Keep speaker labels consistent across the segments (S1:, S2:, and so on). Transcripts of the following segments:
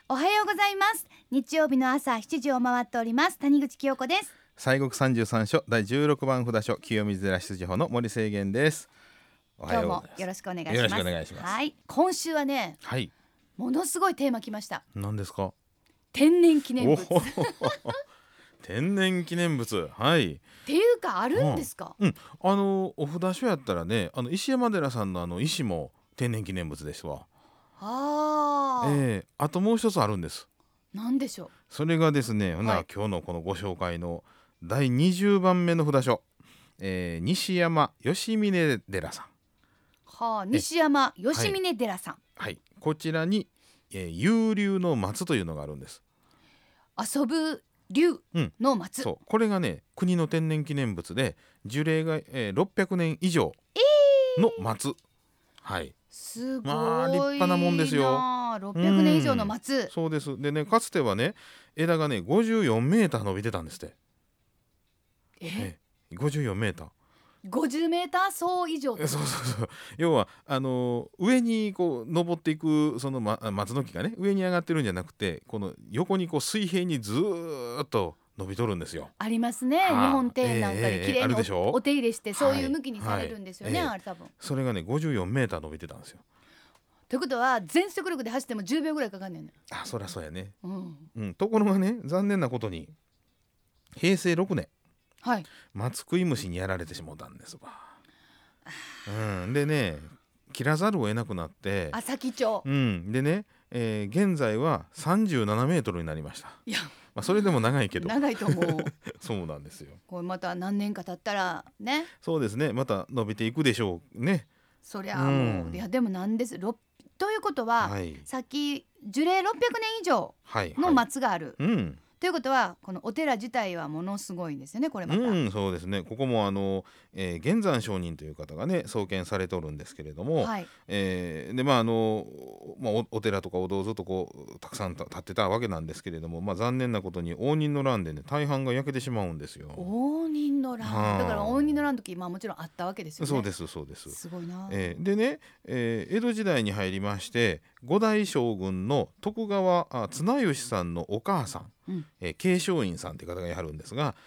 S1: おはようございます。日曜日の朝7時を回っております。谷口清子です。
S2: 西国33所第16番札所清水寺出自法の森清源です。おは
S1: 今日も
S2: ようございます。
S1: よろしくお願いします。
S2: よろしくお願いします。
S1: はい、今週はね、
S2: はい、
S1: ものすごいテーマ来ました。
S2: 何ですか？
S1: 天然記念物っ
S2: お天然記念物、はい。
S1: ていうかあるんですか？
S2: お札所やったらね、石山寺さんの石も天然記念物ですわ。あともう一つあるんです。
S1: なんでしょう？
S2: それがですね、今日のこのご紹介の第20番目の札所、西山吉峰寺さん。
S1: 西山吉峰寺さん、
S2: はい、こちらに、遊龍の松というのがあるんです。
S1: 遊ぶ龍の松、
S2: そう、これがね国の天然記念物で樹齢が、600年以上の松、はい、
S1: すごいな、
S2: まあ立派なもんですよ。
S1: 600年以上の松、
S2: そうです。でね、かつてはね枝がね54メーター伸びてたんですって。54メーター、
S1: 50メーター走以上。
S2: そう要は上にこう登っていくその、松の木がね上に上がってるんじゃなくて、この横にこう水平にずーっと伸びとるんですよ。
S1: ありますね、日本庭園なんかで綺麗に
S2: あるでしょ？
S1: お手入れしてそういう向きにされるんですよね、あれ多分。
S2: それがね54メーター伸びてたんですよ。
S1: ということは全速力で走っても10秒ぐらいかかんねんね。
S2: そりゃそうやね、
S1: うん
S2: ところがね残念なことに平成6年、
S1: はい、
S2: 松食い虫にやられてしもうたんですわ。でね切らざるを得なくなって、
S1: 朝木町、
S2: でね、現在は37メートルになりました。
S1: いや、
S2: それでも長いけど
S1: 長いと思う
S2: そうなんですよ。
S1: これまた何年か経ったらね、
S2: そうですね、また伸びていくでしょうね。
S1: そりゃもう、いやでもなんですということは、さっき樹齢600年以上の松がある、ということはこのお寺自体はものすごいんですよね、これまた。
S2: そうですね。ここも玄山上人という方がね創建されておるんですけれども、でお寺とかお堂ずっとこうたくさん建ってたわけなんですけれども、残念なことに応仁の乱でね大半が焼けてしまうんですよ。
S1: 応仁の乱、だから応仁の乱の時、もちろんあったわけですよね。
S2: そうですそうです。
S1: すごいな。
S2: でね、江戸時代に入りまして五代将軍の徳川綱吉さんのお母さん、慶松院さんっていう方がやはるんですが、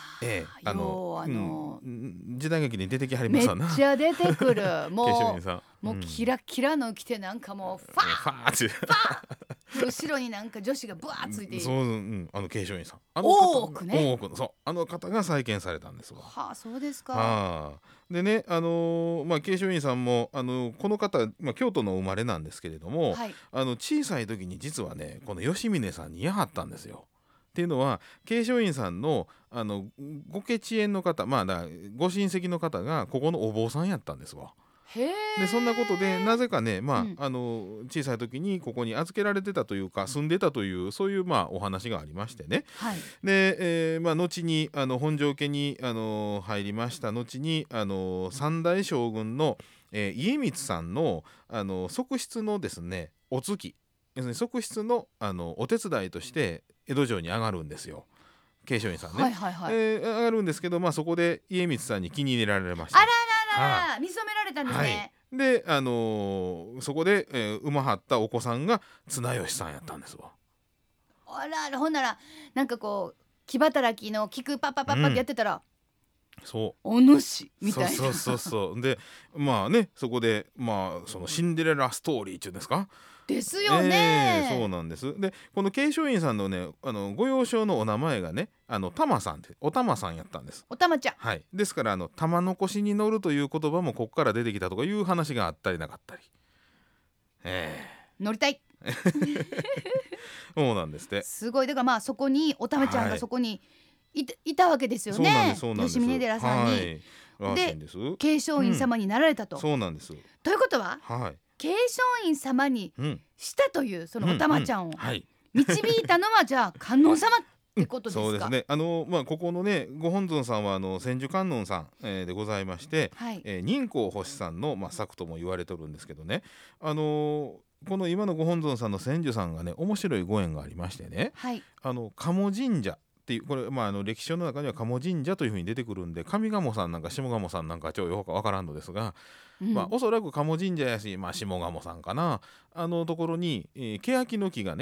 S2: 時代劇に出てきはりますわな。
S1: めっちゃ出てくるもうキラキラの着てなんかもうファー後ろになんか女子がブワーついている。
S2: 慶松院さん、
S1: 大奥ね、
S2: そうあの方が再建されたんですわ。
S1: そうですか。
S2: でね、慶松院さんもこの方、京都の生まれなんですけれども、小さい時に実はねこの吉峰さんにやはったんですよ。っていうのは慶松院さんのご血縁の方、ご親戚の方がここのお坊さんやったんですわ。でそんなことでなぜかね、小さい時にここに預けられてたというか住んでたというそういうお話がありましてね、で、後に本城家に入りました後に三代将軍の、家光さんの側室のですねお付き、要するに側室のお手伝いとして江戸城に上がるんですよ、慶松院さんね。上がるんですけど、そこで家光さんに気に入れられました。
S1: 見初められたんですね。
S2: で、そこで、産まはったお子さんが綱吉さんやったんですわ。
S1: ほんならなんかこう気働きの菊パッパッパッパってやってたら、お主みたいな。
S2: そうでそこでそのシンデレラストーリーっていうんですか
S1: ですよね。
S2: そうなんです。でこの慶松院さんのねご幼少のお名前がね玉さんってお玉さんやったんです。
S1: お玉ちゃん、
S2: ですから玉の腰に乗るという言葉もここから出てきたとかいう話があったりなかったり、
S1: 乗りたい
S2: そうなんですって。
S1: すごい。だからそこにお玉ちゃんがそこにいたわけですよね、吉峰寺さんに。で慶松院様になられたと。
S2: そうなんです。
S1: ということは、慶松院様にしたというそのお玉ちゃんを導いたのはじゃあ観音様ってことですか？
S2: そうですね。ここのねご本尊さんは千手観音さん、でございまして、仁光星さんの作とも言われてるんですけどね、この今のご本尊さんの千手さんがね面白いご縁がありましてね、鴨神社っていうこれ、歴史書の中には鴨神社というふうに出てくるんで上賀茂さんなんか下賀茂さんなんかちょっとよくわからんのですが、おそらく鴨神社やし、下賀茂さんかなところに、欅の木がね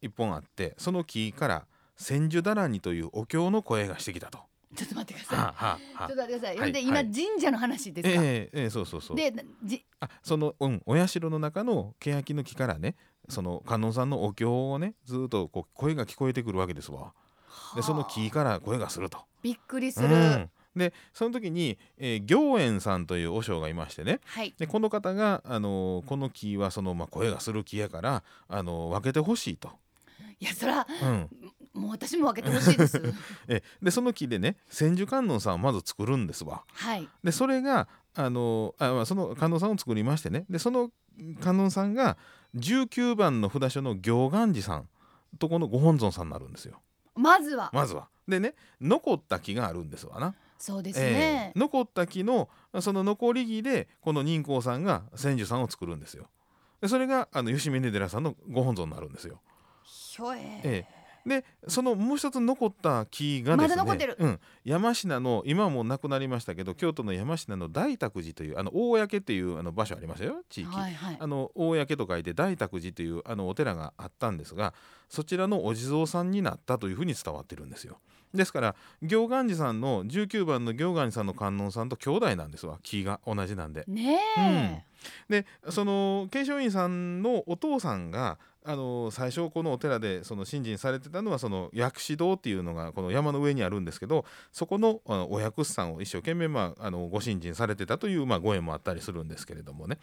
S2: 一本あって、その木から千手だらにというお経の声がしてきたと。
S1: ちょっと待ってください。ちょっと待ってください。はい、で今、神社の話ですか。
S2: そう
S1: で
S2: その、お社の中の欅の木からね、その観音さんのお経をねずっとこう声が聞こえてくるわけですわ。でその木から声がすると。
S1: びっくりする。
S2: でその時に、行円さんという和尚がいましてね、
S1: はい、
S2: でこの方が、この木はその、声がする木やから分けてほしいと。
S1: いやそら、もう私も分けてほしいです
S2: でその木でね千手観音さんをまず作るんですわ。
S1: はい、
S2: でそれがその観音さんを作りましてね、でその観音さんが19番の札所の行願寺さんとこのご本尊さんになるんですよ。まずはでね、残った木があるんですわな。
S1: そうですね、
S2: 残った木のその残り木でこの仁光さんが千手さんを作るんですよ。でそれが吉峰寺さんのご本尊になるんですよ。でそのもう一つ残った木がですね、まだ残ってる、山科の今はもうなくなりましたけど、京都の山科の大覚寺という大焼という場所ありましたよ、地域、大焼と書いて大覚寺というお寺があったんですが、そちらのお地蔵さんになったというふうに伝わってるんですよ。ですから行願寺さんの19番の行願寺さんの観音さんと兄弟なんですわ、木が同じなんで
S1: ね。
S2: でその慶祥院さんのお父さんが最初このお寺でその信心されてたのはその薬師堂っていうのがこの山の上にあるんですけど、そこのお薬師さんを一生懸命ご信心されてたというご縁もあったりするんですけれどもね。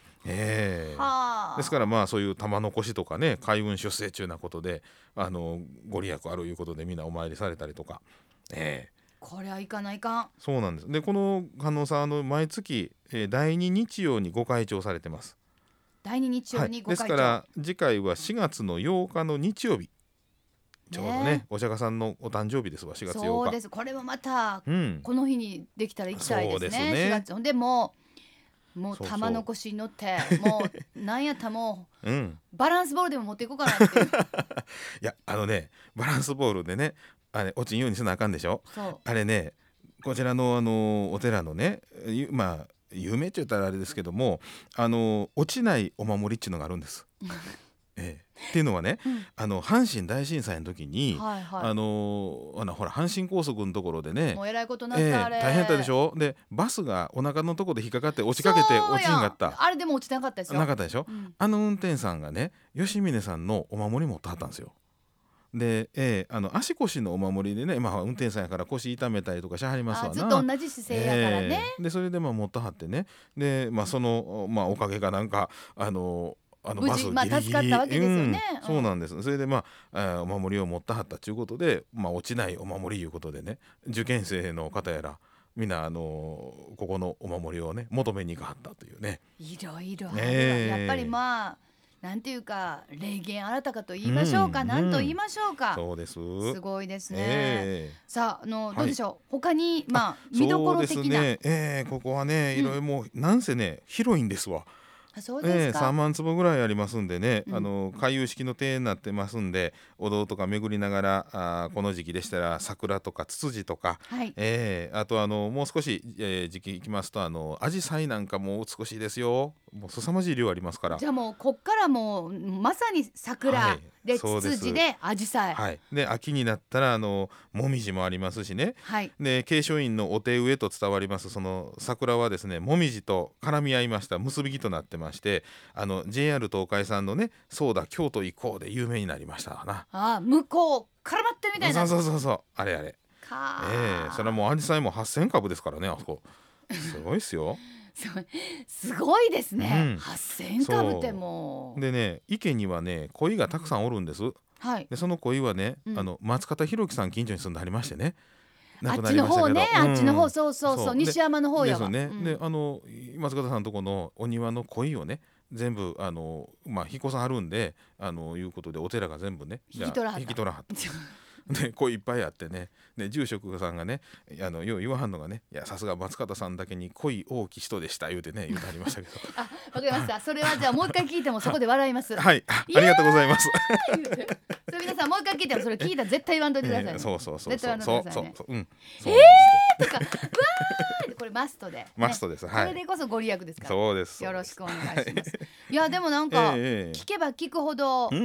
S2: ですからそういう玉残しとかね、開運出世中なことでご利益あるいうことでみんなお参りされたりとか、
S1: これはいかないかん。
S2: そうなんです。でこの観音さん毎月、第2日曜にご開帳されてます。
S1: 第2日曜にご開帳、
S2: ですから次回は4月の8日の日曜日、ちょうどねお釈迦さんのお誕生日ですわ、4月8日。
S1: そうです。これもまた、この日にできたら行きたいですね。4月でもう玉残しに乗ってもうなんやったもう、バランスボールでも持っていこうかなっていうい
S2: やバランスボールでね落ちんようにしなあかんでしょ。あれね、こちらのお寺のね有名って言ったらあれですけども落ちないお守りっていうのがあるんですっていうのはね、阪神大震災の時に、ほら阪神高速のところでね、
S1: もうえらいことなったあれ、
S2: 大変だったでしょ。でバスがお腹のところで引っかかって落ちかけて落ちんかった。
S1: あれでも落ちなかったですよ。
S2: なかったでしょ、運転手さんがね吉峰さんのお守り持ってはったんですよ。で、足腰のお守りでね、運転手さんやから腰痛めたりとかしはりますわな。
S1: ずっと同じ姿勢やからね、
S2: でそれで持ってはってね、でそのおかげかなんかバスギリギリ、
S1: 助かったわけですよね、
S2: そうなんです。それでお守りを持ってはったということで、落ちないお守りいうことでね、受験生の方やらみんなここのお守りをね求めに行かはったというね。
S1: いろいろあるわ、やっぱりなんていうか霊言新たかと言いましょうか、なんと言いましょうか。
S2: そうです。
S1: すごいですね。さあどうでしょう、他に見どころ的な。
S2: そうですね、ここはねいろいろもうなんせね広いんですわ。
S1: そうですか。
S2: 3万坪ぐらいありますんでね、回遊式の庭園になってますんで、お堂とか巡りながらこの時期でしたら桜とかツツジとか、あともう少し、時期行きますとアジサイなんかも美しいですよ。もう凄まじい量ありますから。
S1: じゃあもうこっからもうまさに桜、でツツジでアジサイ、
S2: で秋になったらもみじもありますしね、で慶祥院のお手植えと伝わりますその桜はですね、もみじと絡み合いました結び木となってまして、JR 東海さんのねそうだ京都行こうで有名になりましたな。
S1: 向こう絡まってるみたいな。
S2: そうあれそれはもうアジサイも8000株ですからね、あそこすごいっすよ
S1: すごいですね、8000株ってもう
S2: でね、池にはね鯉がたくさんおるんです。でその鯉はね、松方弘樹さん近所に住んでありましてね、
S1: あっちの方ね、あっちの方、そう西山の方やわ。
S2: ですよね。で松方さんのとこのお庭の鯉をね全部引っ越さはるんでいうことでお寺が全部ね
S1: 引き取らはった
S2: で鯉いっぱいあってね、で住職さんがねよう言わはんのがね、いやさすが松方さんだけに鯉大きい人でした言うてね言うてありましたけど
S1: わかりました。それはじゃあもう一回聞いてもそこで笑います
S2: はい、ありがとうございます
S1: それ皆さんもう一回聞いてもそれ聞いたら絶対言わんといてくださいね。
S2: そう
S1: 絶対言わんといてくださいね。とかうわーこれマストで
S2: マストです。
S1: これでこそご利益ですから。
S2: そうです。
S1: よろしくお願いします。いやでもなんか聞けば聞くほど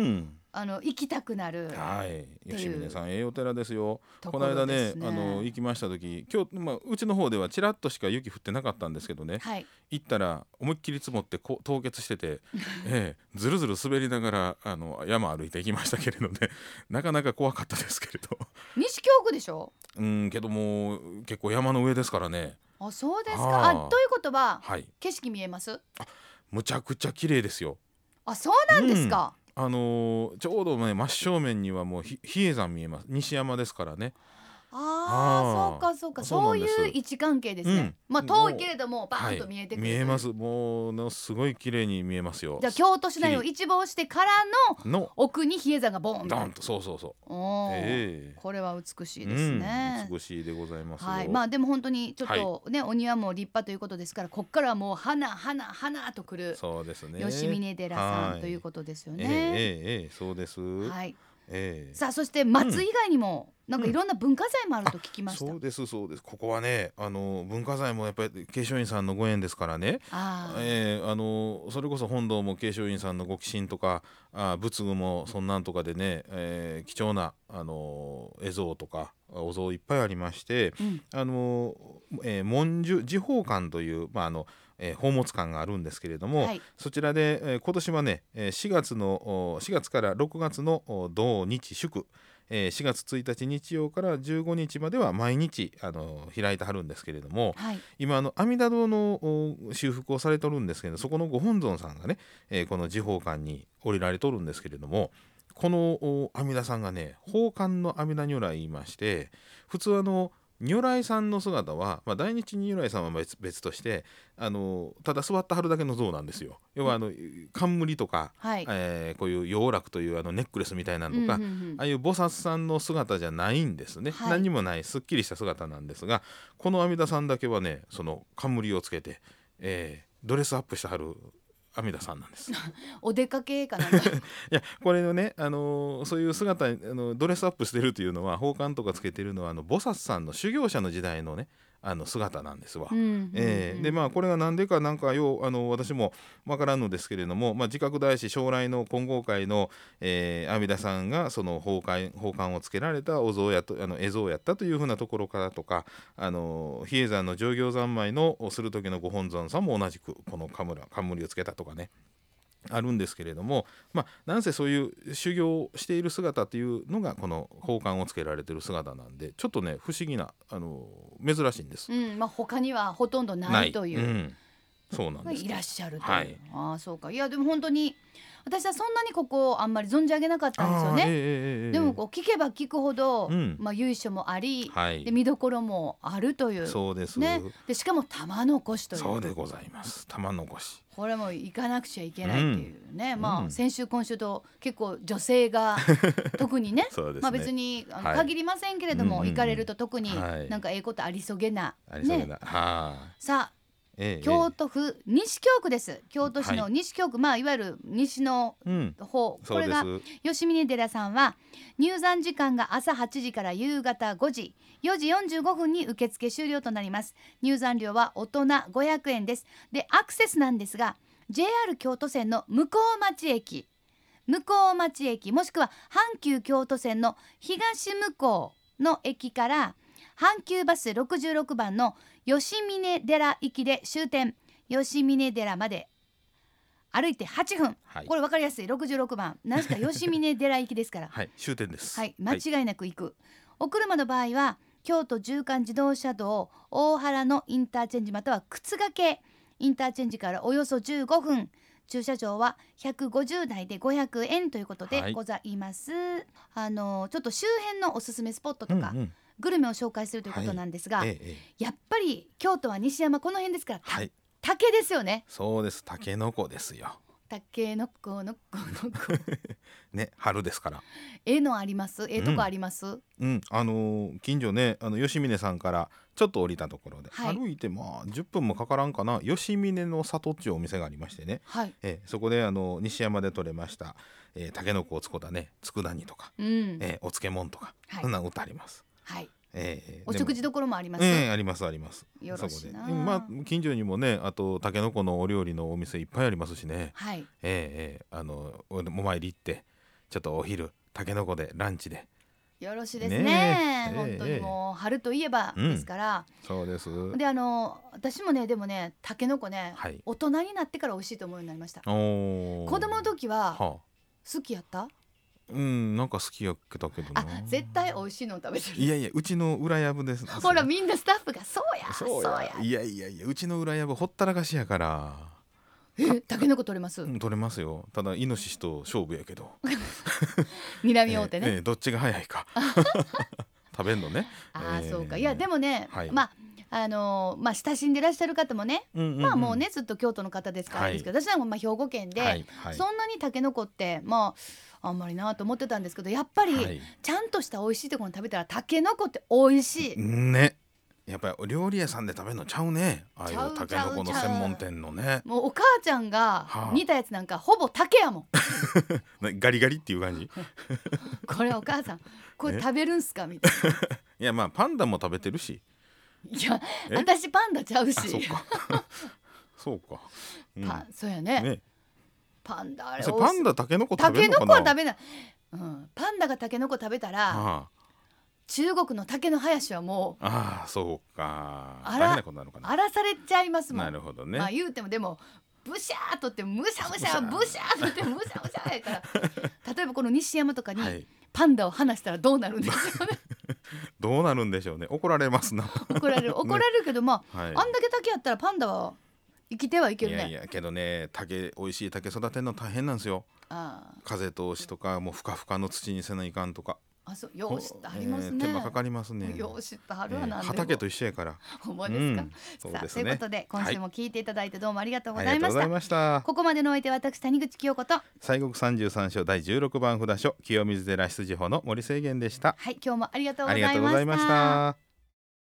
S1: 行きたくなる。
S2: はい、吉峰さんお寺ですよ。この間ね行きました時、今日、うちの方ではちらっとしか雪降ってなかったんですけどね、はい、行ったら思いっきり積もって凍結してて、ずるずる滑りながら山歩いて行きましたけれどねなかなか怖かったですけれど。
S1: 西京区でしょ。
S2: けども結構山の上ですからね。
S1: あ、そうですか。ということは、はい、景色見えます？
S2: むちゃくちゃ綺麗ですよ。
S1: あ、そうなんですか。
S2: ちょうどね真正面にはもう比叡山見えます。西山ですからね。
S1: そうかそうか、そういう位置関係ですね。遠いけれどもバーンと見えてくる、
S2: 見えます。もうすごい綺麗に見えますよ。
S1: じゃあ京都市内を一望してからの奥に比叡山がボーン
S2: ドンと。そうそうそう。
S1: これは美しいですね。
S2: 美しいでございますよ。
S1: はい。でも本当にちょっとね、お庭も立派ということですから、こっからはもう花とくる。
S2: そうですね。
S1: 吉峰寺さんということですよね。
S2: そうです。
S1: はい。さあ、そして松以外にもなんかいろんな文化財もあると聞きました。
S2: そうですそうです。ここはね文化財もやっぱり慶祥院さんのご縁ですからね。それこそ本堂も慶祥院さんのご寄進とか仏具もそんなんとかでね、貴重な絵像とかお像いっぱいありまして、文殊寺宝館という宝物館があるんですけれども、はい、そちらで、今年はね4月から6月の土日祝、4月1日日曜から15日までは毎日開いてはるんですけれども、はい、今阿弥陀堂の修復をされてるんですけど、そこのご本尊さんがね、この寺宝館に降りられとるんですけれども、この阿弥陀さんがね宝冠の阿弥陀如来言いまして、普通如来さんの姿は、大日如来さんは別としてただ座ってはるだけの像なんですよ。要は冠とか、はい、こういう陽楽というネックレスみたいなのとか、ああいう菩薩さんの姿じゃないんですね、はい、何にもないすっきりした姿なんですが、この阿弥陀さんだけはねその冠をつけて、ドレスアップしてはる阿弥陀さんなんです
S1: お出かけかな。い
S2: やこれのね、そういう姿ドレスアップしてるというのは、宝冠とかつけてるのは菩薩さんの修行者の時代のね姿なんですわ。でこれが何でかなんか私もわからんのですけれども、自覚大師将来の金剛界の、阿弥陀さんがその宝冠をつけられたお像やと絵像やったというふうなところからとか、比叡山の上行三昧のする時のご本尊さんも同じくこの冠をつけたとかねあるんですけれども、なんせそういう修行をしている姿というのがこの宝冠をつけられている姿なんで、ちょっとね不思議な珍しいんです。
S1: 他にはほとんどないという、
S2: そうなんです。
S1: いらっしゃるという、はい、そうか。いやでも本当に私はそんなにここあんまり存じ上げなかったんですよね。でも聞けば聞くほど、由緒もあり、で見どころもあるという。
S2: そうです
S1: ね。でしかも玉残しという。
S2: そうでございます。玉残し。
S1: これも行かなくちゃいけないっていうね。先週今週と結構女性が特にね。別に限りませんけれども、行かれると特になんかことありそげな。さあ。京都府西京区です。京都市の西京区、いわゆる西の方、これが吉峰寺さんは入山時間が朝8時から夕方5時4時45分に受付終了となります。入山料は大人500円です。でアクセスなんですが JR 京都線の向町駅もしくは阪急京都線の東向こうの駅から阪急バス66番の吉峰寺行きで終点吉峰寺まで歩いて8分、これ分かりやすい。66番何しか吉峰寺行きですから
S2: 終点です。
S1: 間違いなく行く、お車の場合は京都縦貫自動車道大原のインターチェンジまたは沓掛インターチェンジからおよそ15分、駐車場は150台で500円ということでございます。ちょっと周辺のおすすめスポットとか、グルメを紹介するということなんですが、やっぱり京都は西山この辺ですから、竹ですよね。
S2: そうです。竹の子ですよ。
S1: 竹の子の子
S2: ね、春ですから。
S1: のあります。とこあります。
S2: 近所ね吉峰さんからちょっと降りたところで、歩いて10分もかからんかな、吉峰の里っていうお店がありましてね、そこで西山で採れました、竹の子を使ったね佃煮とか、お漬物とか、そんなの売ってあります。お食事どころもあります。あります。よろしいな。近所にもねあとたけのこのお料理のお店いっぱいありますしね。お参り行ってちょっとお昼タケノコでランチで
S1: よろしいですね。本当にもう春といえばですから、
S2: そうです。
S1: で私もねでもねタケノコね、大人になってから美味しいと思うようになりました。子供の時は好きやった？
S2: なんか好きやったけどな。
S1: 絶対美味しいの食べてる。
S2: いやいや、うちの裏やぶです。
S1: ほらみんなスタッフがそうや。
S2: いやいやいや、うちの裏やぶほったらかしやから。
S1: タケノコ取れます？
S2: 取れますよ。ただイノシシと勝負やけど。
S1: 睨み合うてね。
S2: どっちが早いか。食べんのね。
S1: そうか。いやでもね、まあ親しんでらっしゃる方もね、まあもうねずっと京都の方ですからですけど、私はもう兵庫県で、そんなにタケノコってあんまりなと思ってたんですけど、やっぱりちゃんとした美味しいところに食べたらタケノコって美味しい
S2: ね。やっぱりお料理屋さんで食べるのちゃうね。ああいうタケノコの専門店のね。
S1: もうお母ちゃんが煮たやつなんかほぼ竹やも
S2: ん。ガリガリっていう感じ。
S1: これお母さんこれ食べるんすかみたいな。
S2: いやまあパンダも食べてるし。
S1: いや私パンダちゃうし。
S2: そうか。そうか。
S1: そうやね。パンダあれ
S2: パンダタケノコ食べるのかな。
S1: タケノコは食べない。パンダがタケノコ食べたら。中国の竹の林はもう
S2: そうか
S1: 荒らされちゃいますもん。
S2: なるほどね。
S1: 言うてもでもブシャーとってむしゃむしゃブシャーとってむしゃむしゃやから例えばこの西山とかにパンダを離したらどうなるんですよね。
S2: どうなるんでしょうね。怒られますな。
S1: 怒られるけどあんだけ竹やったらパンダは生きてはいけるね。
S2: いやけどね美味しい竹育てるの大変なんですよ。風通しとかもうふかふかの土にせないかんとか。
S1: よう知ってはりますね。
S2: 手間かかりますね。
S1: よう知ってはるわなんでも
S2: 畑と一緒やから。
S1: ほんまですか。さあということで今週も聞いていただいてどうもありがとうございました。ここまでのお相手は私谷口清子と
S2: 西国33所第16番札所清水寺出自法の森清源でした。
S1: 今日もありがとうございました。